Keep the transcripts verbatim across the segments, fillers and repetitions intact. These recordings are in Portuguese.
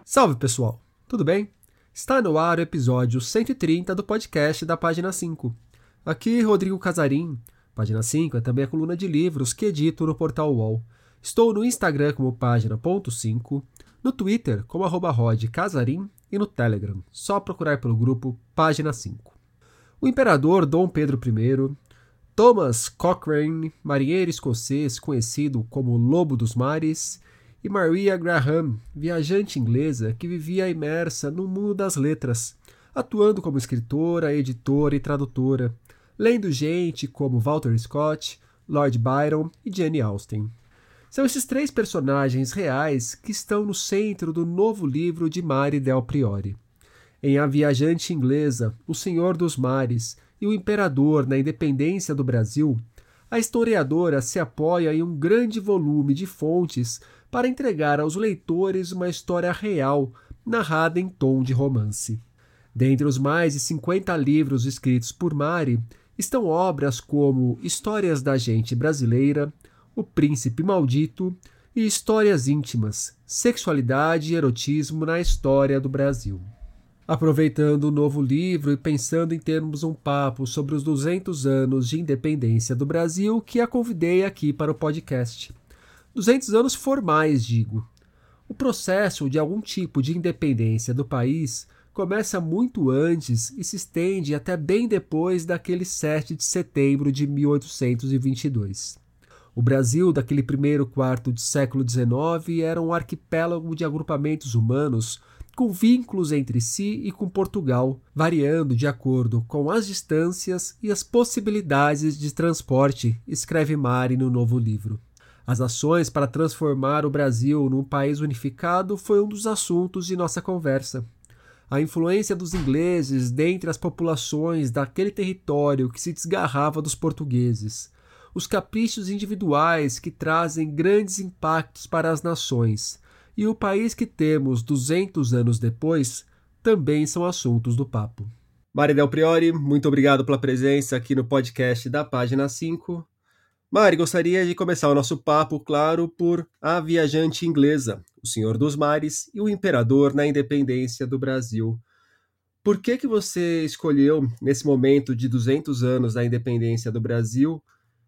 Salve, pessoal! Tudo bem? Está no ar o episódio cento e trinta do podcast da Página cinco. Aqui, Rodrigo Casarim. Página cinco é também a coluna de livros que edito no portal U O L. Estou no Instagram como página ponto cinco, no Twitter como arroba rodcasarim e no Telegram, só procurar pelo grupo Página cinco. O imperador Dom Pedro I, Thomas Cochrane, marinheiro escocês conhecido como Lobo dos Mares, e Maria Graham, viajante inglesa que vivia imersa no mundo das letras, atuando como escritora, editora e tradutora, lendo gente como Walter Scott, Lord Byron e Jane Austen. São esses três personagens reais que estão no centro do novo livro de Mari Del Priore. Em A Viajante Inglesa, O Senhor dos Mares e O Imperador na Independência do Brasil, a historiadora se apoia em um grande volume de fontes para entregar aos leitores uma história real, narrada em tom de romance. Dentre os mais de cinquenta livros escritos por Mari, estão obras como Histórias da Gente Brasileira, O Príncipe Maldito e Histórias Íntimas, Sexualidade e Erotismo na História do Brasil. Aproveitando o novo livro e pensando em termos um papo sobre os duzentos anos de independência do Brasil, que a convidei aqui para o podcast. duzentos anos formais, digo. O processo de algum tipo de independência do país começa muito antes e se estende até bem depois daquele sete de setembro de mil oitocentos e vinte e dois. O Brasil daquele primeiro quarto de século dezenove era um arquipélago de agrupamentos humanos com vínculos entre si e com Portugal, variando de acordo com as distâncias e as possibilidades de transporte, escreve Mari no novo livro. As ações para transformar o Brasil num país unificado foi um dos assuntos de nossa conversa. A influência dos ingleses dentre as populações daquele território que se desgarrava dos portugueses. Os caprichos individuais que trazem grandes impactos para as nações. E o país que temos duzentos anos depois também são assuntos do papo. Mari Del Priore, muito obrigado pela presença aqui no podcast da Página cinco. Mari, gostaria de começar o nosso papo, claro, por A Viajante Inglesa, O Senhor dos Mares e O Imperador na Independência do Brasil. Por que que você escolheu, nesse momento de duzentos anos da independência do Brasil,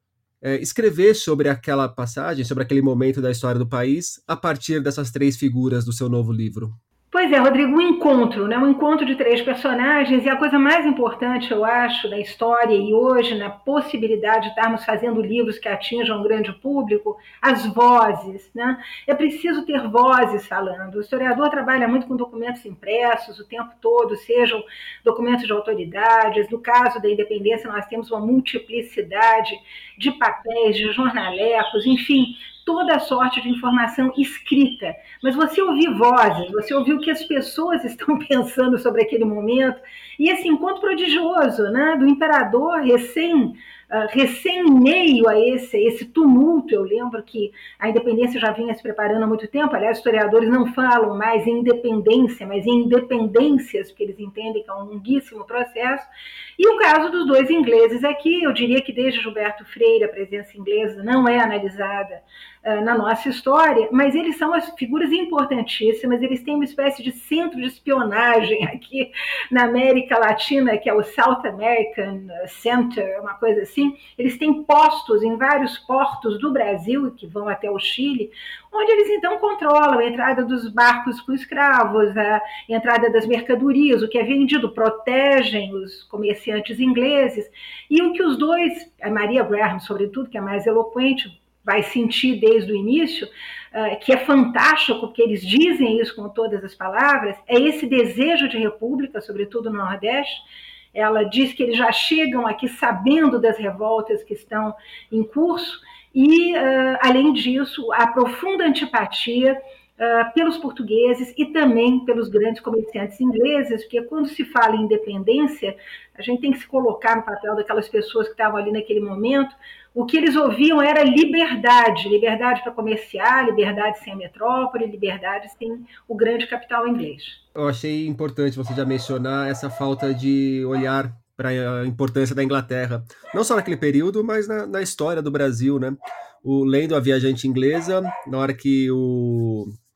é, escrever sobre aquela passagem, sobre aquele momento da história do país, a partir dessas três figuras do seu novo livro? Pois é, Rodrigo, um encontro, né? um encontro de três personagens, e a coisa mais importante, eu acho, da história e hoje, na possibilidade de estarmos fazendo livros que atinjam um grande público, as vozes. Né? É preciso ter vozes falando. O historiador trabalha muito com documentos impressos o tempo todo, sejam documentos de autoridades. No caso da independência, nós temos uma multiplicidade de papéis, de jornalecos, enfim, toda sorte de informação escrita, mas você ouvir vozes, você ouvir o que as pessoas estão pensando sobre aquele momento, e esse encontro prodigioso, né, do imperador recém, uh, recém em meio a esse, esse tumulto. Eu lembro que a independência já vinha se preparando há muito tempo, aliás, historiadores não falam mais em independência, mas em independências, porque eles entendem que é um longuíssimo processo. E o caso dos dois ingleses aqui, eu diria que desde Gilberto Freire a presença inglesa não é analisada uh, na nossa história, mas eles são as figuras importantíssimas, eles têm uma espécie de centro de espionagem aqui na América Latina, que é o South American Center, uma coisa assim. Eles têm postos em vários portos do Brasil, que vão até o Chile, onde eles então controlam a entrada dos barcos com escravos, a entrada das mercadorias, o que é vendido, protegem os comerciantes ingleses, e o que os dois, a Maria Graham, sobretudo, que é mais eloquente, vai sentir desde o início, uh, que é fantástico, porque eles dizem isso com todas as palavras, é esse desejo de república, sobretudo no Nordeste. Ela diz que eles já chegam aqui sabendo das revoltas que estão em curso e, uh, além disso, a profunda antipatia uh, pelos portugueses e também pelos grandes comerciantes ingleses, porque quando se fala em independência, a gente tem que se colocar no papel daquelas pessoas que estavam ali naquele momento. O que eles ouviam era liberdade, liberdade para comerciar, liberdade sem a metrópole, liberdade sem o grande capital inglês. Eu achei importante você já mencionar essa falta de olhar para a importância da Inglaterra, não só naquele período, mas na, na história do Brasil, né? O, lendo A Viajante Inglesa, na hora que o,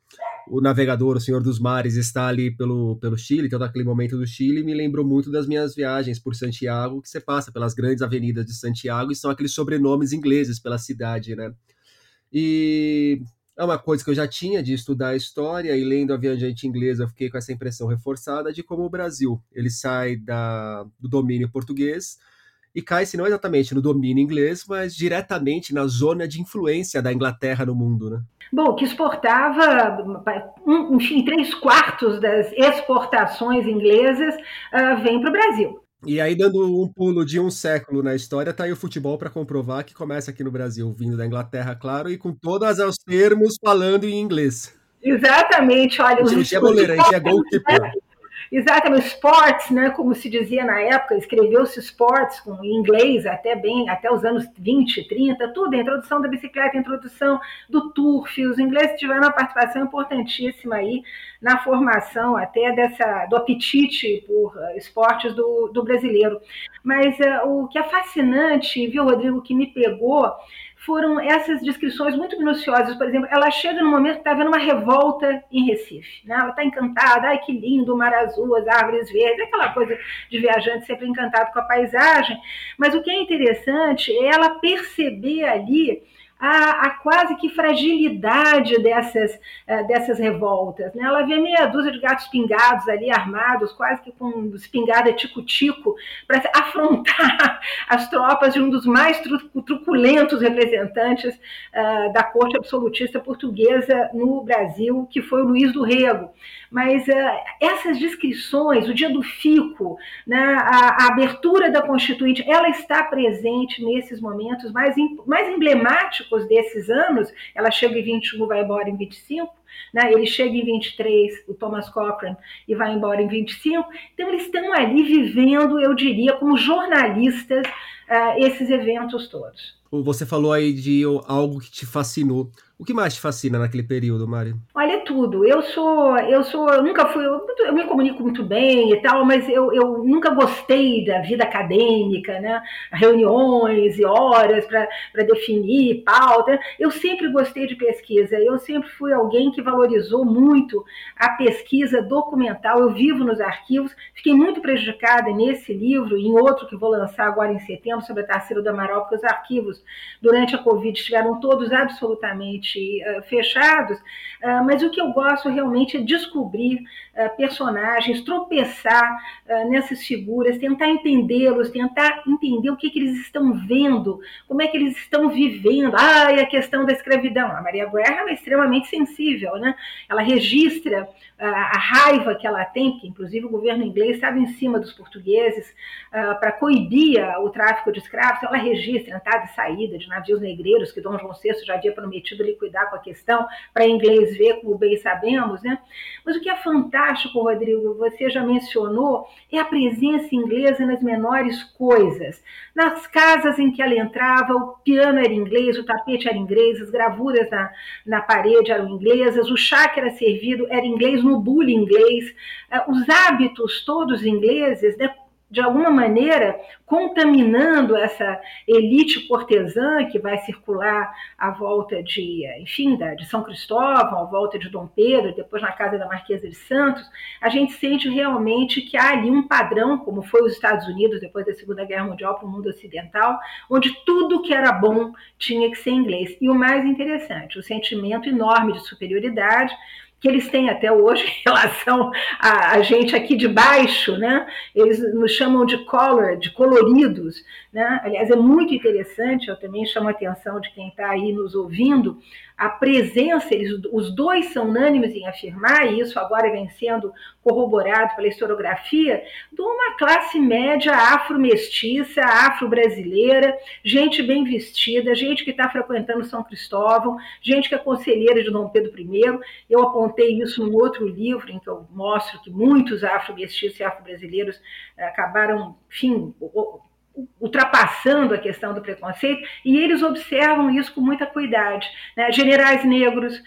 o navegador, o Senhor dos Mares, está ali pelo, pelo Chile, todo aquele momento do Chile, me lembrou muito das minhas viagens por Santiago, que você passa pelas grandes avenidas de Santiago e são aqueles sobrenomes ingleses pela cidade, né? E é uma coisa que eu já tinha de estudar a história, e lendo A Viajante Inglesa eu fiquei com essa impressão reforçada de como o Brasil, ele sai da, do domínio português e cai, se não exatamente no domínio inglês, mas diretamente na zona de influência da Inglaterra no mundo, né? Bom, que exportava, enfim, três quartos das exportações inglesas uh, vem para o Brasil. E aí, dando um pulo de um século na história, tá aí o futebol para comprovar que começa aqui no Brasil, vindo da Inglaterra, claro, e com todos os termos falando em inglês. Exatamente, olha, A gente os não tinha goleiro, a gente tinha goalkeeper. Exatamente, sports, né, como se dizia na época, escreveu-se sports com em inglês até bem, até os anos vinte, trinta, tudo, a introdução da bicicleta, a introdução do turf, os ingleses tiveram uma participação importantíssima aí na formação até dessa, do apetite por uh, esportes do, do brasileiro. Mas uh, o que é fascinante, viu, Rodrigo, que me pegou, foram essas descrições muito minuciosas. Por exemplo, ela chega no momento que está havendo uma revolta em Recife, né? Ela está encantada, ai que lindo, o mar azul, as árvores verdes, aquela coisa de viajante sempre encantado com a paisagem, mas o que é interessante é ela perceber ali a, a quase que fragilidade dessas, uh, dessas revoltas. Né? Ela vê meia dúzia de gatos pingados ali, armados, quase que com espingarda tico-tico, para afrontar as tropas de um dos mais truculentos representantes uh, da corte absolutista portuguesa no Brasil, que foi o Luís do Rego. Mas uh, essas descrições, o dia do fico, né, a, a abertura da Constituinte, ela está presente nesses momentos mais, mais emblemáticos desses anos. Ela chega em vinte e um, vai embora em vinte e cinco, né? Ele chega em vinte e três, o Thomas Cochrane, e vai embora em vinte e cinco. Então eles estão ali vivendo, eu diria, como jornalistas, uh, esses eventos todos. Você falou aí de algo que te fascinou. O que mais te fascina naquele período, Mari? Olha, tudo. Eu sou, eu sou, eu nunca fui, eu, eu me comunico muito bem e tal, mas eu, eu nunca gostei da vida acadêmica, né? Reuniões e horas para definir pauta. Eu sempre gostei de pesquisa. Eu sempre fui alguém que valorizou muito a pesquisa documental. Eu vivo nos arquivos. Fiquei muito prejudicada nesse livro e em outro que vou lançar agora em setembro sobre a Tarsila do Amaral, porque os arquivos durante a Covid estiveram todos absolutamente fechados, mas o que eu gosto realmente é descobrir personagens, tropeçar nessas figuras, tentar entendê-los, tentar entender o que, que eles estão vendo, como é que eles estão vivendo. Ah, e a questão da escravidão. A Maria Graham é extremamente sensível, né? Ela registra a raiva que ela tem, porque inclusive o governo inglês estava em cima dos portugueses para coibir o tráfico de escravos. Ela registra entrada e saída de navios negreiros que Dom João sexto já havia prometido liquidar com a questão, para inglês ver, como bem sabemos, né? Mas o que é fantástico, Rodrigo, você já mencionou, é a presença inglesa nas menores coisas. Nas casas em que ela entrava, o piano era inglês, o tapete era inglês, as gravuras na, na parede eram inglesas, o chá que era servido era inglês, no bule inglês, os hábitos todos ingleses, né? De alguma maneira, contaminando essa elite cortesã que vai circular à volta de, enfim, de São Cristóvão, à volta de Dom Pedro, depois na casa da Marquesa de Santos, a gente sente realmente que há ali um padrão, como foi os Estados Unidos depois da Segunda Guerra Mundial para o mundo ocidental, onde tudo que era bom tinha que ser inglês. E o mais interessante, o sentimento enorme de superioridade, que eles têm até hoje em relação a, a gente aqui de baixo, né? Eles nos chamam de color, de coloridos, né? Aliás, é muito interessante, eu também chamo a atenção de quem está aí nos ouvindo, a presença, eles, os dois são unânimes em afirmar, e isso agora vem sendo corroborado pela historiografia, de uma classe média afro-mestiça, afro-brasileira, gente bem vestida, gente que está frequentando São Cristóvão, gente que é conselheira de Dom Pedro I. Eu apontei isso num outro livro, em que eu mostro que muitos afro-mestiços e afro-brasileiros acabaram, enfim, ultrapassando a questão do preconceito, e eles observam isso com muita cuidado, né? Generais negros,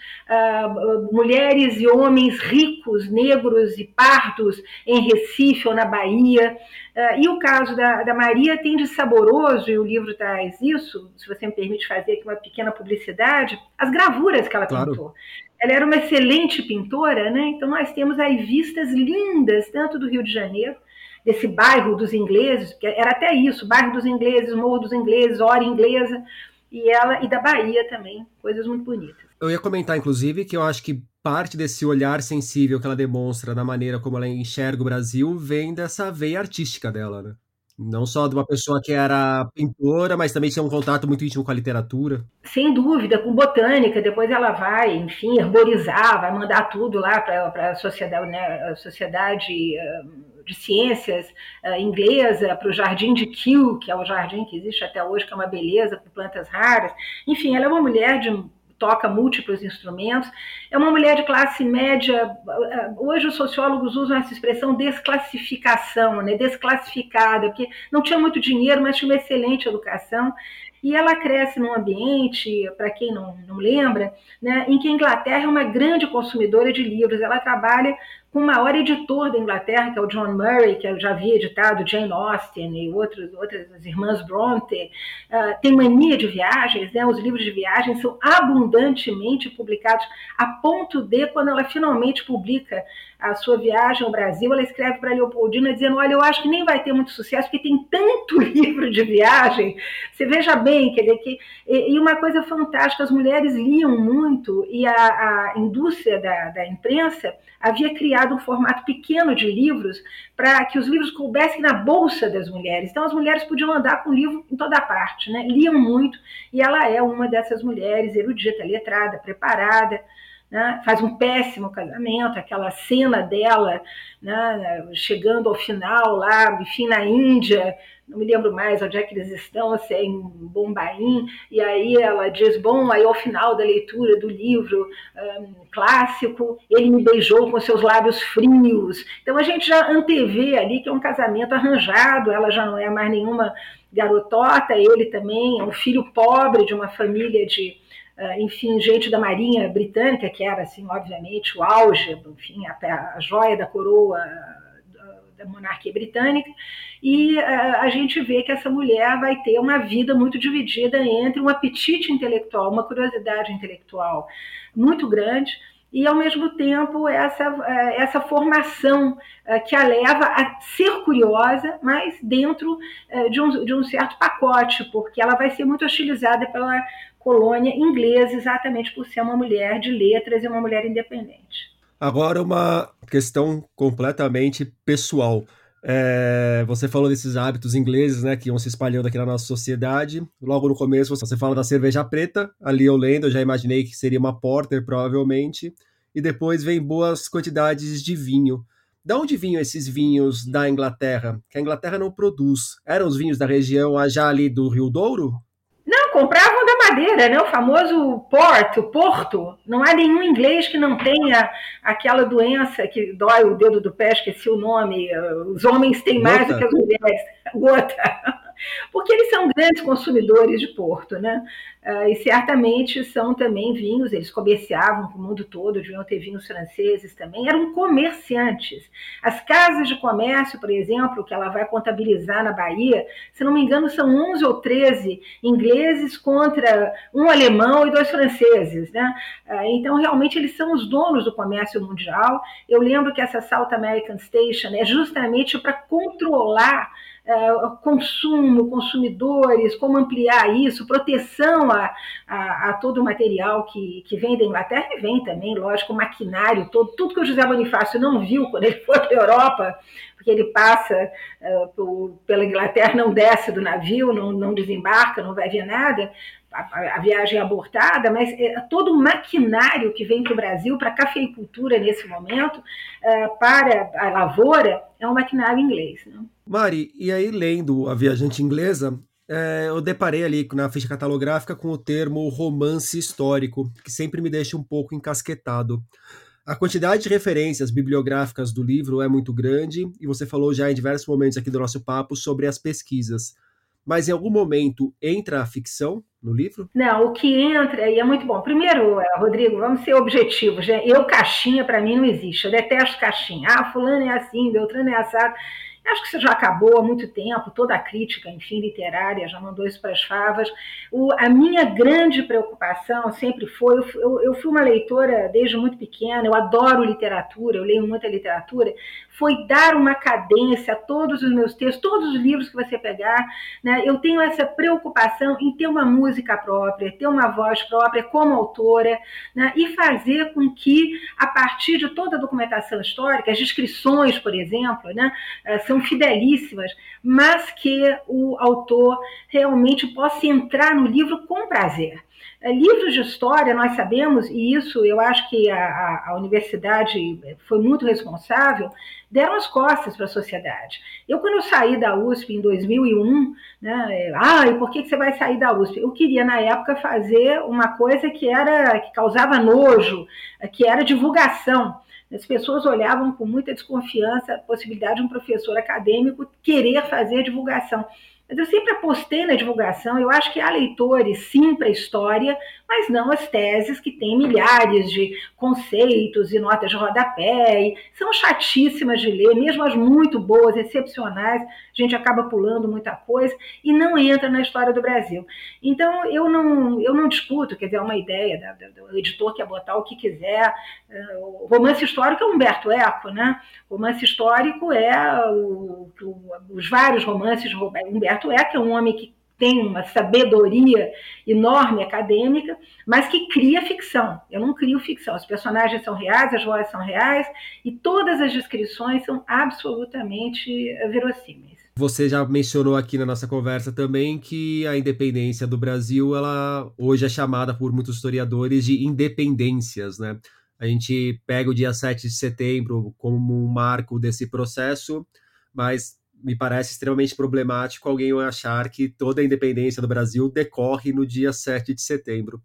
uh, mulheres e homens ricos, negros e pardos em Recife ou na Bahia, uh, e o caso da, da Maria tem de saboroso, e o livro traz isso, se você me permite fazer aqui uma pequena publicidade, as gravuras que ela Claro. pintou. ela era uma excelente pintora, né? Então nós temos aí vistas lindas, tanto do Rio de Janeiro, desse bairro dos ingleses, porque era até isso, bairro dos ingleses, Morro dos Ingleses, Hora Inglesa, e ela e da Bahia também, coisas muito bonitas. Eu ia comentar, inclusive, que eu acho que parte desse olhar sensível que ela demonstra na maneira como ela enxerga o Brasil vem dessa veia artística dela, né? Não só de uma pessoa que era pintora, mas também tinha um contato muito íntimo com a literatura. Sem dúvida, com botânica, depois ela vai, enfim, herborizar, vai mandar tudo lá para a sociedade, né, a sociedade uh, de ciências uh, inglesa, para o Jardim de Kew, que é o jardim que existe até hoje, que é uma beleza, com plantas raras. Enfim, ela é uma mulher de toca múltiplos instrumentos, é uma mulher de classe média. Hoje os sociólogos usam essa expressão desclassificação, né? Desclassificada, porque não tinha muito dinheiro, mas tinha uma excelente educação, e ela cresce num ambiente, para quem não, não lembra, né, em que a Inglaterra é uma grande consumidora de livros. Ela trabalha com o maior editor da Inglaterra, que é o John Murray, que eu já havia editado Jane Austen e outros, outras as irmãs Bronte. Uh, tem mania de viagens, né? Os livros de viagens são abundantemente publicados, a ponto de, quando ela finalmente publica a sua viagem ao Brasil, ela escreve para a Leopoldina dizendo: olha, eu acho que nem vai ter muito sucesso, porque tem tanto livro de viagem. Você veja bem, quer dizer, que, e uma coisa fantástica, as mulheres liam muito, e a, a indústria da, da imprensa havia criado um formato pequeno de livros para que os livros coubessem na bolsa das mulheres. Então as mulheres podiam andar com o livro em toda parte, né? Liam muito, e ela é uma dessas mulheres erudita, letrada, preparada, né? Faz um péssimo casamento, aquela cena dela, né, chegando ao final lá, enfim, na Índia, não me lembro mais onde é que eles estão, se é em Bombaim, e aí ela diz, bom, aí ao final da leitura do livro um, clássico, ele me beijou com seus lábios frios. Então a gente já antevê ali que é um casamento arranjado, ela já não é mais nenhuma garotota, ele também é um filho pobre de uma família de, uh, enfim, gente da Marinha Britânica, que era, assim, obviamente, o auge, enfim, a, a joia da coroa da monarquia britânica, e uh, a gente vê que essa mulher vai ter uma vida muito dividida entre um apetite intelectual, uma curiosidade intelectual muito grande, e ao mesmo tempo essa, uh, essa formação uh, que a leva a ser curiosa, mas dentro uh, de, um, de um certo pacote, porque ela vai ser muito hostilizada pela colônia inglesa, exatamente por ser uma mulher de letras e uma mulher independente. Agora uma questão completamente pessoal. É, você falou desses hábitos ingleses, né, que iam se espalhando aqui na nossa sociedade. Logo no começo você fala da cerveja preta, ali eu lendo, eu já imaginei que seria uma porter, provavelmente. E depois vem boas quantidades de vinho. De onde vinham esses vinhos da Inglaterra? Que a Inglaterra não produz. Eram os vinhos da região já ali do Rio Douro? Não, compravam da Madeira, né? O famoso Porto, Porto. Não há nenhum inglês que não tenha aquela doença que dói o dedo do pé, esqueci o nome. Os homens têm mais Gota. do que as mulheres. Gota. Porque eles são grandes consumidores de Porto, né? Uh, e certamente são também vinhos, eles comerciavam com o mundo todo, deviam ter vinhos franceses também, eram comerciantes. As casas de comércio, por exemplo, que ela vai contabilizar na Bahia, se não me engano, são onze ou treze ingleses contra um alemão e dois franceses, né? Uh, então, realmente, eles são os donos do comércio mundial. Eu lembro que essa South American Station é justamente para controlar Uh, consumo, consumidores, como ampliar isso, proteção a, a, a todo o material que, que vem da Inglaterra, e vem também, lógico, o maquinário todo, tudo que o José Bonifácio não viu quando ele foi para a Europa, porque ele passa uh, por, pela Inglaterra, não desce do navio, não, não desembarca, não vai ver nada, a, a viagem é abortada, mas é, todo o maquinário que vem para o Brasil, para a cafeicultura nesse momento, uh, para a lavoura, é um maquinário inglês, né? Mari, e aí lendo A Viajante Inglesa, é, eu deparei ali na ficha catalográfica com o termo romance histórico, que sempre me deixa um pouco encasquetado. A quantidade de referências bibliográficas do livro é muito grande, e você falou já em diversos momentos aqui do nosso papo sobre as pesquisas. Mas em algum momento entra a ficção no livro? Não, o que entra, e é muito bom. Primeiro, Rodrigo, vamos ser objetivos. Né? Eu, caixinha, para mim, não existe. Eu detesto caixinha. Ah, fulano é assim, Beltrano é assado. Acho que isso já acabou há muito tempo, toda a crítica, enfim, literária já mandou isso para as favas. O, a minha grande preocupação sempre foi, eu, eu fui uma leitora desde muito pequena, eu adoro literatura, eu leio muita literatura, foi dar uma cadência a todos os meus textos, todos os livros que você pegar, né? Eu tenho essa preocupação em ter uma música própria, ter uma voz própria como autora, né? E fazer com que, a partir de toda a documentação histórica, as descrições, por exemplo, né, são fidelíssimas, mas que o autor realmente possa entrar no livro com prazer. Livros de história, nós sabemos, e isso eu acho que a, a universidade foi muito responsável, deram as costas para a sociedade. Eu, quando eu saí da U S P em dois mil e um, né, ah, e por que você vai sair da U S P? Eu queria, na época, fazer uma coisa que, era, que causava nojo, que era divulgação. As pessoas olhavam com muita desconfiança a possibilidade de um professor acadêmico querer fazer divulgação. Mas eu sempre apostei na divulgação, eu acho que há leitores, sim, para a história, mas não as teses que têm milhares de conceitos e notas de rodapé, e são chatíssimas de ler, mesmo as muito boas, excepcionais, a gente acaba pulando muita coisa e não entra na história do Brasil. Então, eu não, eu não discuto, quer dizer, é uma ideia do editor que quer botar o que quiser. O romance histórico é Humberto Eco, né? O romance histórico é o, o, os vários romances de Humberto Eco, é um homem que tem uma sabedoria enorme acadêmica, mas que cria ficção. Eu não crio ficção. Os personagens são reais, as vozes são reais, e todas as descrições são absolutamente verossímeis. Você já mencionou aqui na nossa conversa também que a independência do Brasil, ela hoje é chamada por muitos historiadores de independências, né? A gente pega o dia sete de setembro como um marco desse processo, mas me parece extremamente problemático alguém achar que toda a independência do Brasil decorre no dia sete de setembro.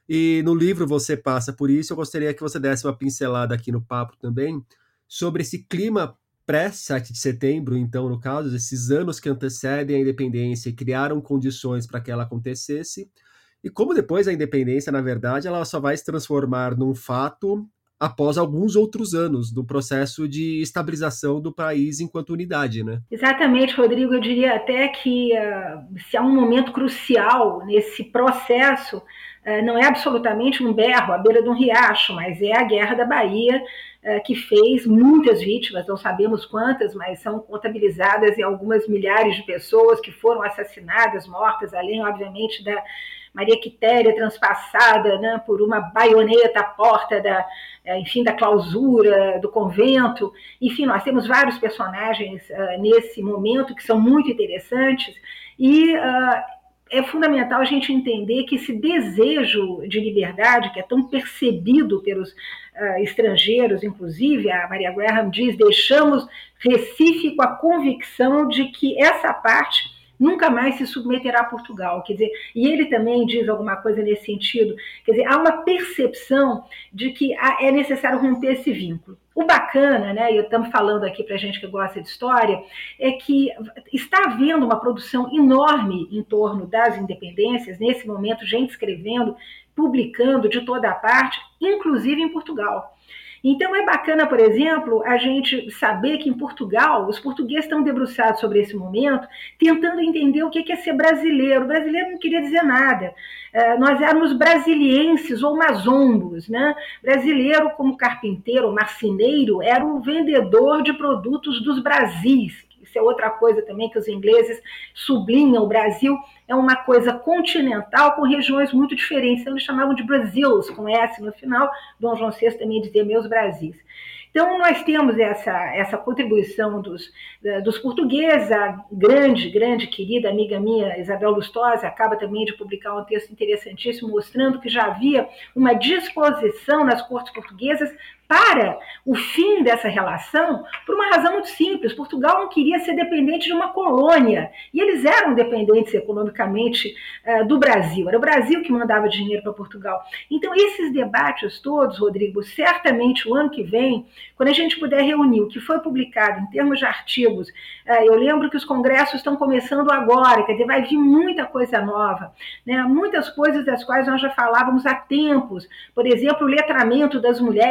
E no livro você passa por isso, eu gostaria que você desse uma pincelada aqui no papo também sobre esse clima pré-sete de setembro, então, no caso, esses anos que antecedem a independência e criaram condições para que ela acontecesse, e como depois a independência, na verdade, ela só vai se transformar num fato após alguns outros anos do processo de estabilização do país enquanto unidade, né? Exatamente, Rodrigo. Eu diria até que uh, se há um momento crucial nesse processo, uh, não é absolutamente um berro à beira de um riacho, mas é a Guerra da Bahia, uh, que fez muitas vítimas, não sabemos quantas, mas são contabilizadas em algumas milhares de pessoas que foram assassinadas, mortas, além, obviamente, da Maria Quitéria transpassada, né, por uma baioneta à porta da, enfim, da clausura do convento. Enfim, nós temos vários personagens uh, nesse momento que são muito interessantes e uh, é fundamental a gente entender que esse desejo de liberdade, que é tão percebido pelos uh, estrangeiros, inclusive, a Maria Graham diz, deixamos Recife com a convicção de que essa parte nunca mais se submeterá a Portugal. Quer dizer, e ele também diz alguma coisa nesse sentido. Quer dizer, há uma percepção de que é necessário romper esse vínculo. O bacana, né, e estamos falando aqui para a gente que gosta de história, é que está havendo uma produção enorme em torno das independências, nesse momento, gente escrevendo, publicando de toda a parte, inclusive em Portugal. Então é bacana, por exemplo, a gente saber que em Portugal, os portugueses estão debruçados sobre esse momento, tentando entender o que é ser brasileiro. O brasileiro não queria dizer nada. Uh, nós éramos brasilienses ou mazombos, né? Brasileiro, como carpinteiro ou marceneiro, era o vendedor de produtos dos Brasis. Isso é outra coisa também que os ingleses sublinham. O Brasil é uma coisa continental com regiões muito diferentes. Então, eles chamavam de Brazils, com S no final. Dom João sexto também dizia meus Brasis. Então, nós temos essa, essa contribuição dos, dos portugueses. A grande, grande, querida amiga minha, Isabel Lustosa, acaba também de publicar um texto interessantíssimo mostrando que já havia uma disposição nas cortes portuguesas para o fim dessa relação por uma razão muito simples. Portugal não queria ser dependente de uma colônia, e eles eram dependentes economicamente uh, do Brasil. Era o Brasil que mandava dinheiro para Portugal. Então, esses debates todos, Rodrigo, certamente o ano que vem, quando a gente puder reunir o que foi publicado em termos de artigos, uh, eu lembro que os congressos estão começando agora, quer dizer, vai vir muita coisa nova, né? Muitas coisas das quais nós já falávamos há tempos. Por exemplo, o letramento das mulheres, os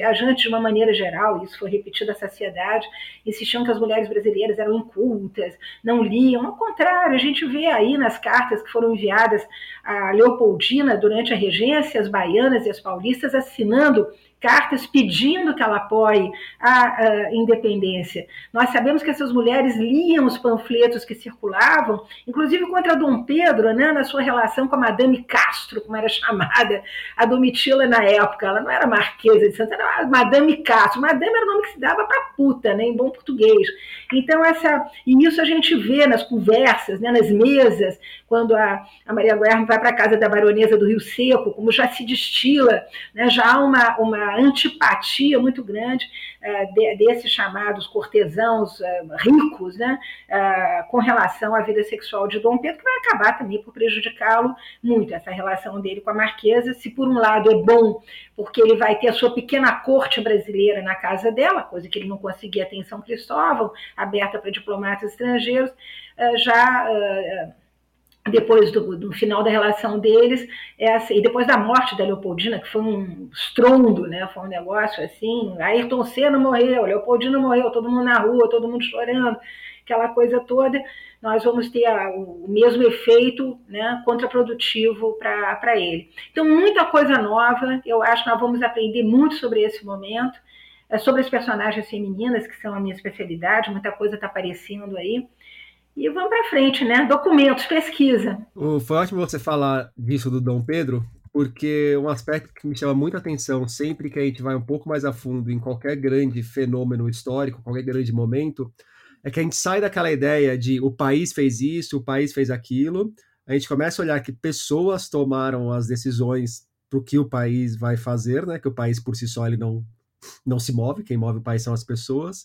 viajantes de uma maneira geral, isso foi repetido à saciedade, insistiam que as mulheres brasileiras eram incultas, não liam. Ao contrário, a gente vê aí nas cartas que foram enviadas a Leopoldina durante a regência, as baianas e as paulistas assinando cartas pedindo que ela apoie a, a independência. Nós sabemos que essas mulheres liam os panfletos que circulavam, inclusive contra Dom Pedro, né, na sua relação com a Madame Castro, como era chamada a Domitila na época. Ela não era Marquesa de Santana, era Madame Castro. Madame era o nome que se dava para puta, né, em bom português. Então, essa, e isso a gente vê nas conversas, né, nas mesas, quando a, a Maria Guerra vai para a casa da baronesa do Rio Seco, como já se destila, né, já há uma, uma antipatia muito grande uh, de, desses chamados cortesãos uh, ricos, né, uh, com relação à vida sexual de Dom Pedro, que vai acabar também por prejudicá-lo muito, essa relação dele com a Marquesa. Se por um lado é bom, porque ele vai ter a sua pequena corte brasileira na casa dela, coisa que ele não conseguia ter em São Cristóvão, aberta para diplomatas estrangeiros, uh, já... Uh, depois do, do final da relação deles, essa, e depois da morte da Leopoldina, que foi um estrondo, né, foi um negócio assim, Ayrton Senna morreu, Leopoldina morreu, todo mundo na rua, todo mundo chorando, aquela coisa toda, nós vamos ter a, o mesmo efeito, né, contraprodutivo para ele. Então, muita coisa nova, eu acho que nós vamos aprender muito sobre esse momento, sobre as personagens femininas, que são a minha especialidade, muita coisa está aparecendo aí. E vamos para frente, né? Documentos, pesquisa. Foi ótimo você falar disso do Dom Pedro, porque um aspecto que me chama muita atenção sempre que a gente vai um pouco mais a fundo em qualquer grande fenômeno histórico, qualquer grande momento, é que a gente sai daquela ideia de o país fez isso, o país fez aquilo, a gente começa a olhar que pessoas tomaram as decisões para o que o país vai fazer, né? Que o país por si só ele não, não se move, quem move o país são as pessoas.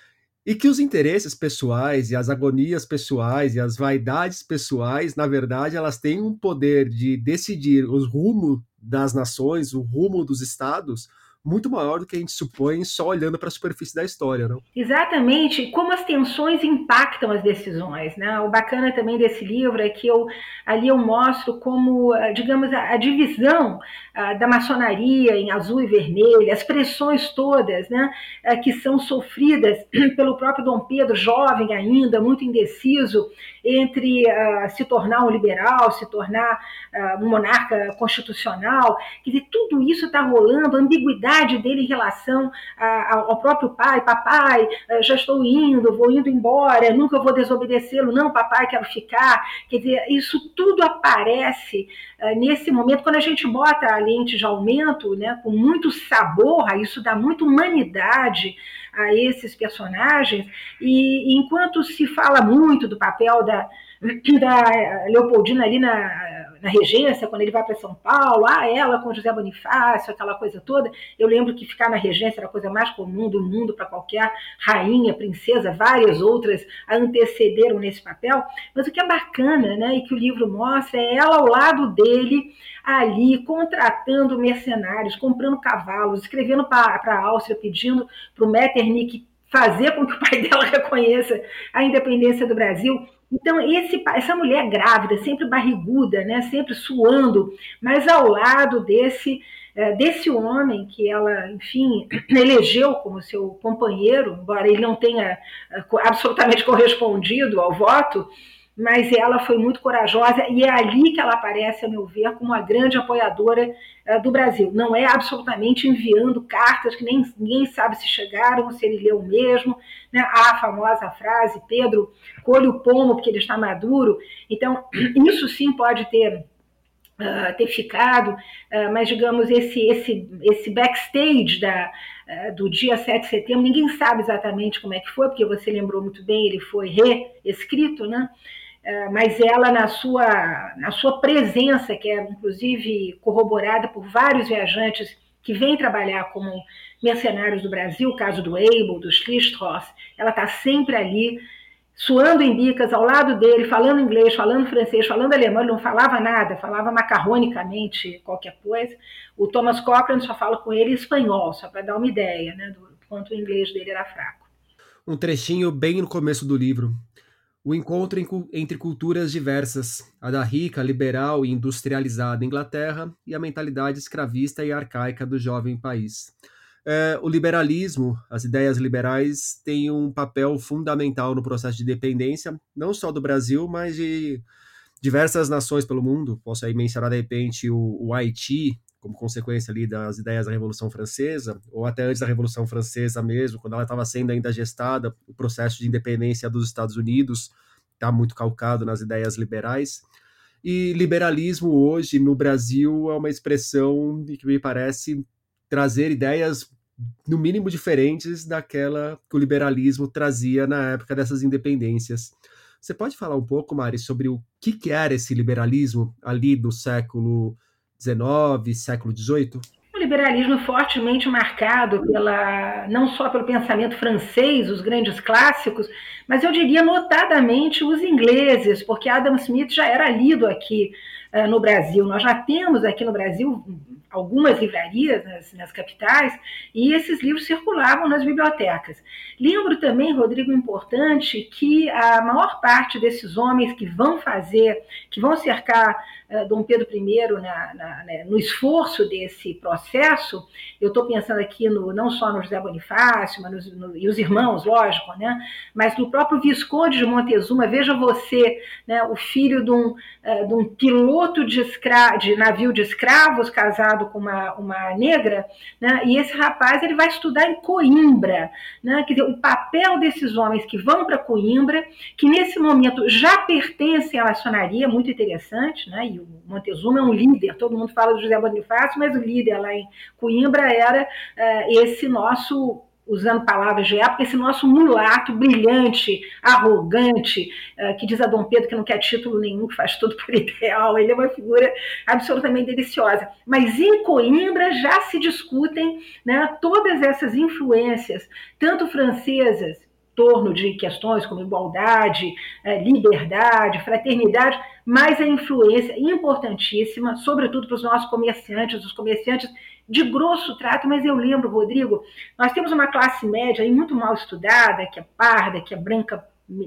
E que os interesses pessoais e as agonias pessoais e as vaidades pessoais, na verdade, elas têm um poder de decidir o rumo das nações, o rumo dos estados, muito maior do que a gente supõe só olhando para a superfície da história, não? Exatamente, como as tensões impactam as decisões, né? O bacana também desse livro é que eu, ali eu mostro como, digamos, a, a divisão a, da maçonaria em azul e vermelho, as pressões todas, né, a, que são sofridas pelo próprio Dom Pedro, jovem ainda, muito indeciso, entre uh, se tornar um liberal, se tornar uh, um monarca constitucional. Quer dizer, tudo isso está rolando, a ambiguidade dele em relação a, ao próprio pai. Papai, uh, já estou indo, vou indo embora, nunca vou desobedecê-lo. Não, papai, quero ficar. Quer dizer, isso tudo aparece uh, nesse momento, quando a gente bota a lente de aumento, né, com muito sabor, isso dá muita humanidade a esses personagens, e enquanto se fala muito do papel da, da Leopoldina ali na, na regência, quando ele vai para São Paulo, ah, ela com José Bonifácio, aquela coisa toda, eu lembro que ficar na regência era a coisa mais comum do mundo para qualquer rainha, princesa, várias outras a antecederam nesse papel, mas o que é bacana, né, e que o livro mostra, é ela ao lado dele, ali, contratando mercenários, comprando cavalos, escrevendo para a Áustria, pedindo para o Metternich fazer com que o pai dela reconheça a independência do Brasil. Então, esse, essa mulher grávida, sempre barriguda, né, sempre suando, mas ao lado desse, desse homem que ela, enfim, elegeu como seu companheiro, embora ele não tenha absolutamente correspondido ao voto, mas ela foi muito corajosa e é ali que ela aparece, a meu ver, como uma grande apoiadora uh, do Brasil. Não é absolutamente enviando cartas que nem, ninguém sabe se chegaram, se ele leu mesmo, né? A famosa frase, Pedro, colhe o pomo porque ele está maduro. Então, isso sim pode ter... Uh, ter ficado, uh, mas digamos, esse, esse, esse backstage da, uh, do dia sete de setembro, ninguém sabe exatamente como é que foi, porque você lembrou muito bem, ele foi reescrito, né? Uh, mas ela na sua, na sua presença, que é inclusive corroborada por vários viajantes que vêm trabalhar como mercenários do Brasil, o caso do Abel, do Schlichtross, ela está sempre ali, suando em bicas ao lado dele, falando inglês, falando francês, falando alemão, ele não falava nada, falava macarronicamente qualquer coisa. O Thomas Cochrane só fala com ele em espanhol, só para dar uma ideia, né, do quanto o inglês dele era fraco. Um trechinho bem no começo do livro. O encontro entre culturas diversas, a da rica, liberal e industrializada Inglaterra e a mentalidade escravista e arcaica do jovem país. É, o liberalismo, as ideias liberais, têm um papel fundamental no processo de independência, não só do Brasil, mas de diversas nações pelo mundo. Posso aí mencionar, de repente, o, o Haiti, como consequência ali das ideias da Revolução Francesa, ou até antes da Revolução Francesa mesmo, quando ela estava sendo ainda gestada, o processo de independência dos Estados Unidos está muito calcado nas ideias liberais. E liberalismo hoje no Brasil é uma expressão que me parece trazer ideias no mínimo diferentes daquela que o liberalismo trazia na época dessas independências. Você pode falar um pouco, Mari, sobre o que, que era esse liberalismo ali do século dezenove, século dezoito? O liberalismo fortemente marcado pela, não só pelo pensamento francês, os grandes clássicos, mas eu diria notadamente os ingleses, porque Adam Smith já era lido aqui uh, no Brasil. Nós já temos aqui no Brasil algumas livrarias nas, nas capitais, e esses livros circulavam nas bibliotecas. Lembro também, Rodrigo, importante, que a maior parte desses homens que vão fazer, que vão cercar uh, Dom Pedro I na, na, né, no esforço desse processo, eu estou pensando aqui no, não só no José Bonifácio, mas no, no, e os irmãos, lógico, né, mas no próprio Visconde de Montezuma. Veja você, né, o filho de um, uh, de um piloto de, escra de navio de escravos, casado com uma, uma negra, né, e esse rapaz ele vai estudar em Coimbra, né, quer dizer, o papel desses homens que vão para Coimbra, que nesse momento já pertencem à maçonaria, muito interessante, né, e o Montezuma é um líder, todo mundo fala do José Bonifácio, mas o líder lá em Coimbra era uh, esse nosso, usando palavras de época, esse nosso mulato brilhante, arrogante, uh, que diz a Dom Pedro que não quer título nenhum, que faz tudo por ideal. Ele é uma figura absolutamente deliciosa. Mas em Coimbra já se discutem, né, todas essas influências, tanto francesas, em torno de questões como igualdade, liberdade, fraternidade, mas a influência importantíssima, sobretudo para os nossos comerciantes, os comerciantes de grosso trato. Mas eu lembro, Rodrigo, nós temos uma classe média aí muito mal estudada, que é parda, que é branca,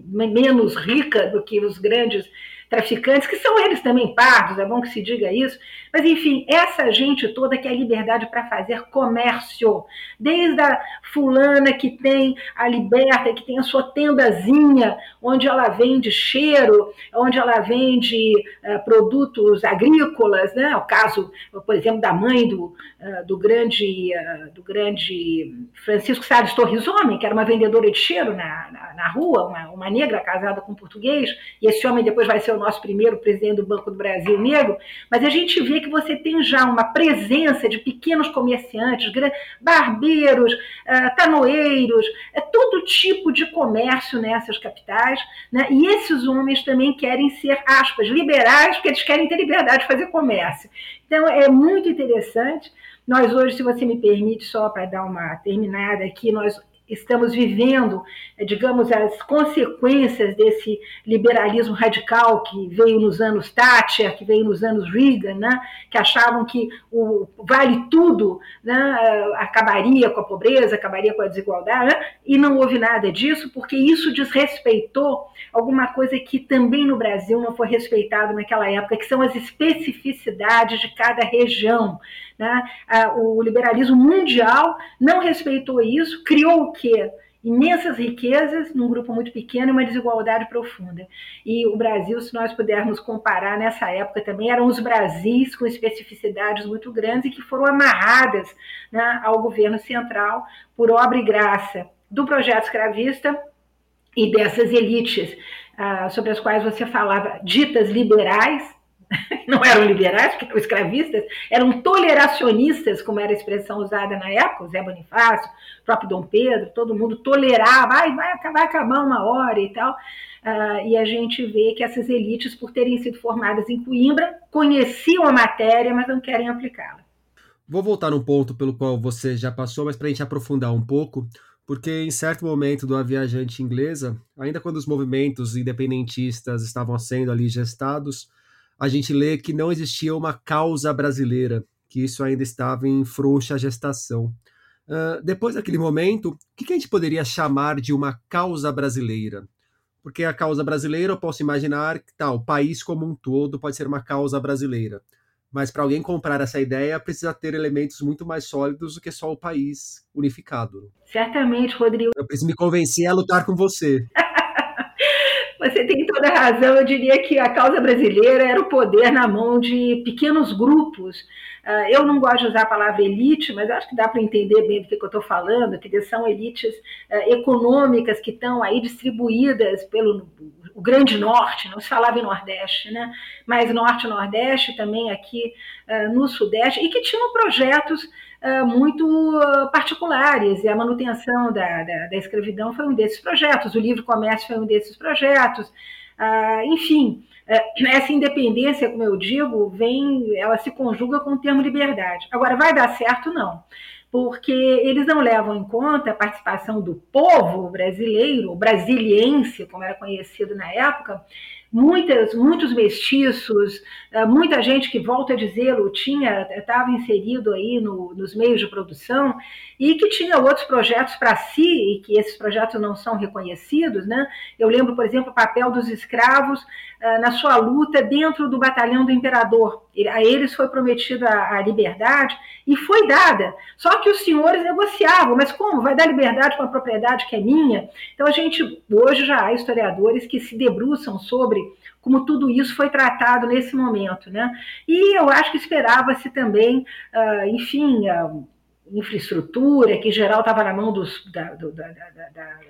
menos rica do que os grandes traficantes, que são eles também pardos, é bom que se diga isso, mas enfim, essa gente toda quer liberdade para fazer comércio, desde a fulana que tem a Liberta, que tem a sua tendazinha, onde ela vende cheiro, onde ela vende uh, produtos agrícolas, né? O caso, por exemplo, da mãe do, uh, do, grande, uh, do grande Francisco Salles Torres Homem, que era uma vendedora de cheiro na, na, na rua, uma, uma negra casada com um português, e esse homem depois vai ser o nosso primeiro presidente do Banco do Brasil negro. Mas a gente vê que você tem já uma presença de pequenos comerciantes, barbeiros, uh, tanoeiros, é todo tipo de comércio nessas capitais, né? E esses homens também querem ser, aspas, liberais, porque eles querem ter liberdade de fazer comércio. Então é muito interessante. Nós hoje, se você me permite, só para dar uma terminada aqui, nós estamos vivendo, digamos, as consequências desse liberalismo radical que veio nos anos Thatcher, que veio nos anos Reagan, né, que achavam que o vale tudo, né, acabaria com a pobreza, acabaria com a desigualdade, né, e não houve nada disso, porque isso desrespeitou alguma coisa que também no Brasil não foi respeitado naquela época, que são as especificidades de cada região. Né? O liberalismo mundial não respeitou isso, criou o quê? Imensas riquezas num grupo muito pequeno e uma desigualdade profunda. E o Brasil, se nós pudermos comparar nessa época também, eram os Brasis com especificidades muito grandes e que foram amarradas, né, ao governo central por obra e graça do projeto escravista e dessas elites ah, sobre as quais você falava, ditas liberais. Não eram liberais, porque eram escravistas, eram toleracionistas, como era a expressão usada na época, o Zé Bonifácio, o próprio Dom Pedro, todo mundo tolerava, vai, vai, vai acabar uma hora e tal. Uh, e a gente vê que essas elites, por terem sido formadas em Coimbra, conheciam a matéria, mas não querem aplicá-la. Vou voltar num ponto pelo qual você já passou, mas para a gente aprofundar um pouco, porque em certo momento do A Viajante Inglesa, ainda quando os movimentos independentistas estavam sendo ali gestados, a gente lê que não existia uma causa brasileira, que isso ainda estava em frouxa gestação. Uh, depois daquele momento, o que a gente poderia chamar de uma causa brasileira? Porque a causa brasileira, eu posso imaginar que tá, o país como um todo pode ser uma causa brasileira. Mas para alguém comprar essa ideia, precisa ter elementos muito mais sólidos do que só o país unificado. Certamente, Rodrigo. Eu preciso me convencer a lutar com você. Você tem toda a razão. Eu diria que a causa brasileira era o poder na mão de pequenos grupos. Eu não gosto de usar a palavra elite, mas acho que dá para entender bem do que eu estou falando, que são elites econômicas que estão aí distribuídas pelo o grande norte, não se falava em nordeste, né? Mas norte e nordeste, também aqui no sudeste, e que tinham projetos muito particulares, e a manutenção da, da, da escravidão foi um desses projetos, o livre comércio foi um desses projetos, enfim, essa independência, como eu digo, vem, ela se conjuga com o termo liberdade. Agora, vai dar certo? Não, porque eles não levam em conta a participação do povo brasileiro, o brasiliense, como era conhecido na época. Muitas, muitos mestiços, muita gente que, volto a dizê-lo, tinha, estava inserido aí no, nos meios de produção e que tinha outros projetos para si e que esses projetos não são reconhecidos, né? Eu lembro, por exemplo, o papel dos escravos uh, na sua luta dentro do batalhão do imperador. A eles foi prometida a, a liberdade e foi dada, só que os senhores negociavam, mas como? Vai dar liberdade para uma propriedade que é minha? Então a gente, hoje já há historiadores que se debruçam sobre como tudo isso foi tratado nesse momento, né? E eu acho que esperava-se também, uh, enfim, uh, infraestrutura, que em geral estava na mão dos, da, do, da, da, da,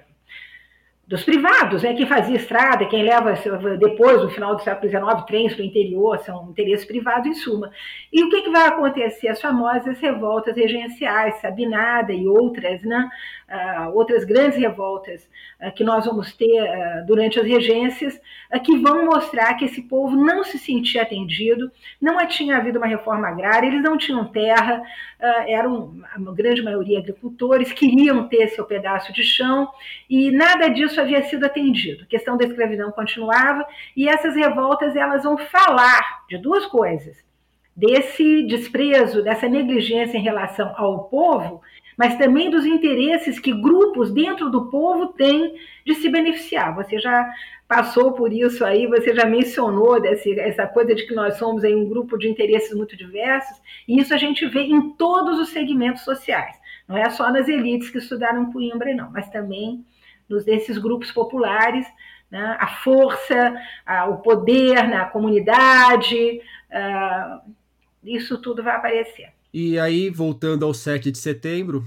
dos privados, né? Quem fazia estrada, quem leva depois, no final do século dezenove, trens para o interior, são interesses privados, em suma. E o que, que vai acontecer? As famosas revoltas regenciais, Sabinada e outras, né? Uh, outras grandes revoltas uh, que nós vamos ter uh, durante as regências, uh, que vão mostrar que esse povo não se sentia atendido, não tinha havido uma reforma agrária, eles não tinham terra, uh, eram, a grande maioria, agricultores, queriam ter seu pedaço de chão, e nada disso havia sido atendido. A questão da escravidão continuava, e essas revoltas elas vão falar de duas coisas: desse desprezo, dessa negligência em relação ao povo, mas também dos interesses que grupos dentro do povo têm de se beneficiar. Você já passou por isso aí, você já mencionou desse, essa coisa de que nós somos aí um grupo de interesses muito diversos, e isso a gente vê em todos os segmentos sociais. Não é só nas elites que estudaram Coimbra, não, mas também nos desses grupos populares, né? A força, a, o poder na comunidade, a, isso tudo vai aparecer. E aí, voltando ao sete de setembro,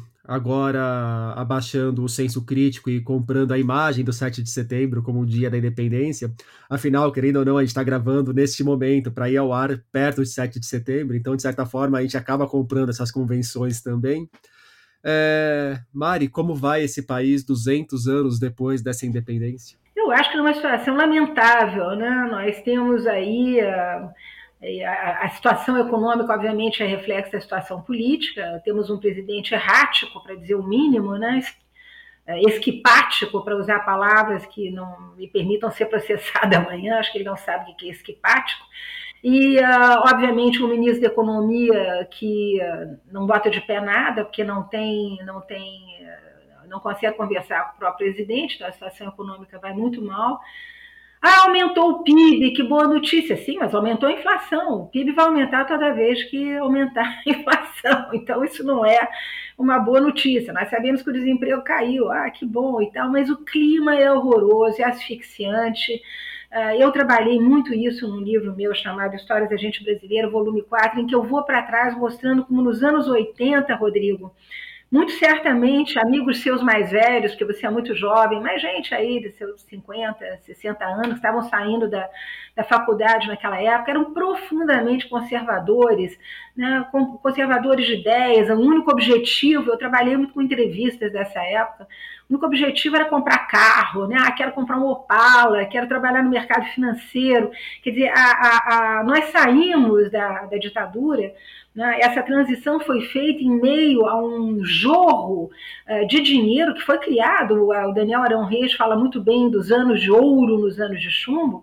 agora abaixando o senso crítico e comprando a imagem do sete de setembro como o dia da independência, afinal, querendo ou não, a gente está gravando neste momento para ir ao ar perto de sete de setembro, então, de certa forma, a gente acaba comprando essas convenções também. É... Mari, como vai esse país duzentos anos depois dessa independência? Eu acho que é uma situação lamentável, né? Nós temos aí... Uh... A situação econômica, obviamente, é reflexo da situação política. Temos um presidente errático, para dizer o mínimo, né? Esquipático, para usar palavras que não me permitam ser processada amanhã, acho que ele não sabe o que é esquipático. E, obviamente, um ministro da Economia que não bota de pé nada, porque não tem, não tem, não consegue conversar com o próprio presidente, então a situação econômica vai muito mal. Ah, aumentou o P I B, que boa notícia. Sim, mas aumentou a inflação. O P I B vai aumentar toda vez que aumentar a inflação. Então, isso não é uma boa notícia. Nós sabemos que o desemprego caiu. Ah, que bom e tal, mas o clima é horroroso, é asfixiante. Eu trabalhei muito isso num livro meu chamado Histórias da Gente Brasileira, volume quatro, em que eu vou para trás mostrando como nos anos oitenta, Rodrigo, muito certamente, amigos seus mais velhos, porque você é muito jovem, mais gente aí de seus cinquenta, sessenta anos, que estavam saindo da, da faculdade naquela época, eram profundamente conservadores, né, conservadores de ideias, o único objetivo, eu trabalhei muito com entrevistas dessa época, o único objetivo era comprar carro, né, ah, quero comprar um Opala, quero trabalhar no mercado financeiro, quer dizer, a, a, a, nós saímos da, da ditadura. Essa transição foi feita em meio a um jorro uh, de dinheiro que foi criado, o Daniel Arão Reis fala muito bem dos anos de ouro nos anos de chumbo,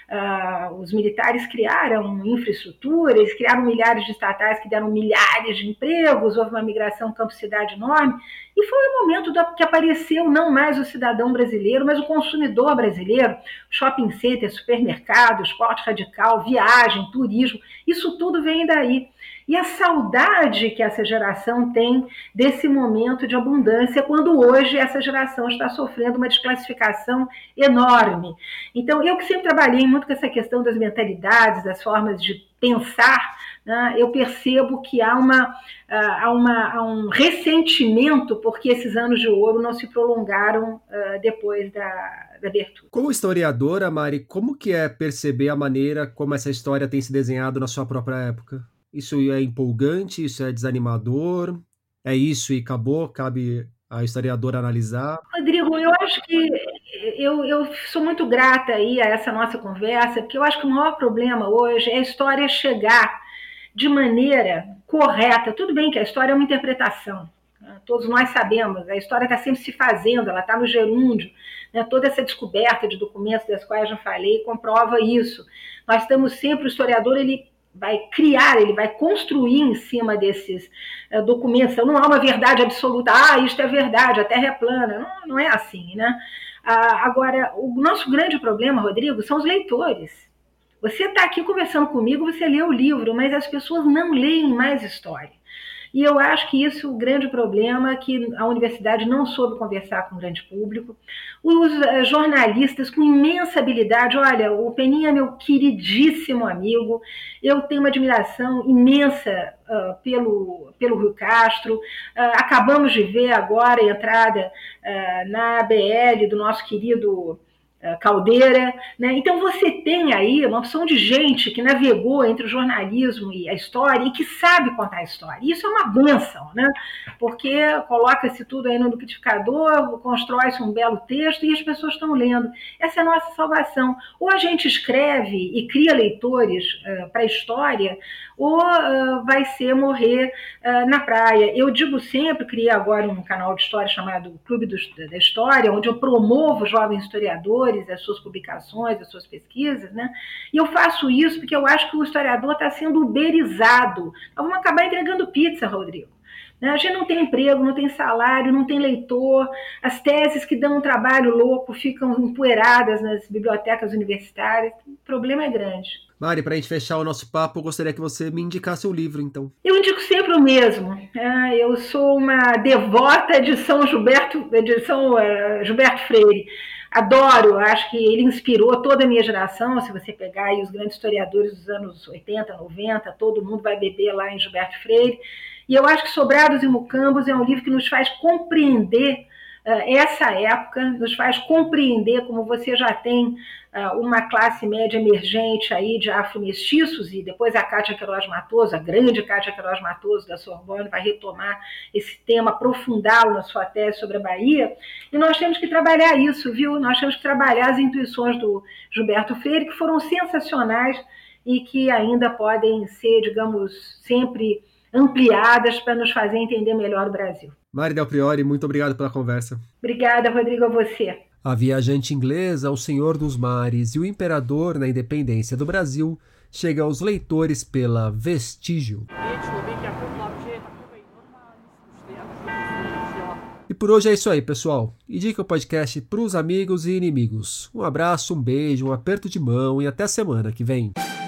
Uh, os militares criaram infraestrutura, eles criaram milhares de estatais que deram milhares de empregos, houve uma migração campo-cidade enorme, e foi o momento do, que apareceu não mais o cidadão brasileiro, mas o consumidor brasileiro, shopping center, supermercado, esporte radical, viagem, turismo, isso tudo vem daí. E a saudade que essa geração tem desse momento de abundância, quando hoje essa geração está sofrendo uma desclassificação enorme. Então, eu que sempre trabalhei muito com essa questão das mentalidades, das formas de pensar, né, eu percebo que há, uma, há, uma, há um ressentimento porque esses anos de ouro não se prolongaram uh, depois da, da abertura. Como historiadora, Mari, como que é perceber a maneira como essa história tem se desenhado na sua própria época? Isso é empolgante? Isso é desanimador? É isso e acabou? Cabe a historiadora analisar? Rodrigo, eu acho que eu, eu sou muito grata aí a essa nossa conversa, porque eu acho que o maior problema hoje é a história chegar de maneira correta. Tudo bem que a história é uma interpretação, né? Todos nós sabemos, a história está sempre se fazendo, ela está no gerúndio, né? Toda essa descoberta de documentos das quais eu já falei comprova isso. Nós estamos sempre, o historiador, ele vai criar, ele vai construir em cima desses uh, documentos. Então, não há uma verdade absoluta, ah, isto é verdade, a Terra é plana. Não, não é assim, né? Ah, agora, o nosso grande problema, Rodrigo, são os leitores. Você está aqui conversando comigo, você lê o livro, mas as pessoas não leem mais história. E eu acho que isso é o grande problema, que a universidade não soube conversar com o grande público. Os uh, jornalistas com imensa habilidade, olha, o Peninha é meu queridíssimo amigo, eu tenho uma admiração imensa uh, pelo, pelo Rui Castro, uh, acabamos de ver agora a entrada uh, na B L do nosso querido Caldeira, né? Então você tem aí uma opção de gente que navegou entre o jornalismo e a história e que sabe contar a história. Isso é uma bênção, né? Porque coloca-se tudo aí no liquidificador, constrói-se um belo texto e as pessoas estão lendo. Essa é a nossa salvação. Ou a gente escreve e cria leitores uh, para a história, ou uh, vai ser morrer uh, na praia. Eu digo sempre, criei agora um canal de história chamado Clube do, da História, onde eu promovo jovens historiadores, as suas publicações, as suas pesquisas, né? E eu faço isso porque eu acho que o historiador está sendo uberizado. Nós vamos acabar entregando pizza, Rodrigo. A gente não tem emprego, não tem salário, não tem leitor, as teses que dão um trabalho louco ficam empoeiradas nas bibliotecas universitárias, o problema é grande. Mari, para a gente fechar o nosso papo, eu gostaria que você me indicasse o livro, então. Eu indico sempre o mesmo. Eu sou uma devota de São Gilberto, de São Gilberto Freire. Adoro, acho que ele inspirou toda a minha geração. Se você pegar aí os grandes historiadores dos anos oitenta, noventa, todo mundo vai beber lá em Gilberto Freire. E eu acho que Sobrados e Mucambos é um livro que nos faz compreender uh, essa época, nos faz compreender como você já tem uh, uma classe média emergente aí de afro-mestiços, e depois a Cátia Queiroz Matoso, a grande Cátia Queiroz Matoso da Sorbonne, vai retomar esse tema, aprofundá-lo na sua tese sobre a Bahia. E nós temos que trabalhar isso, viu? Nós temos que trabalhar as intuições do Gilberto Freire, que foram sensacionais e que ainda podem ser, digamos, sempre ampliadas para nos fazer entender melhor o Brasil. Mari Del Priore, muito obrigado pela conversa. Obrigada, Rodrigo, a você. A Viajante Inglesa, O Senhor dos Mares e o Imperador na Independência do Brasil chega aos leitores pela Vestígio. E por hoje é isso aí, pessoal. Indica o podcast para os amigos e inimigos. Um abraço, um beijo, um aperto de mão e até semana que vem.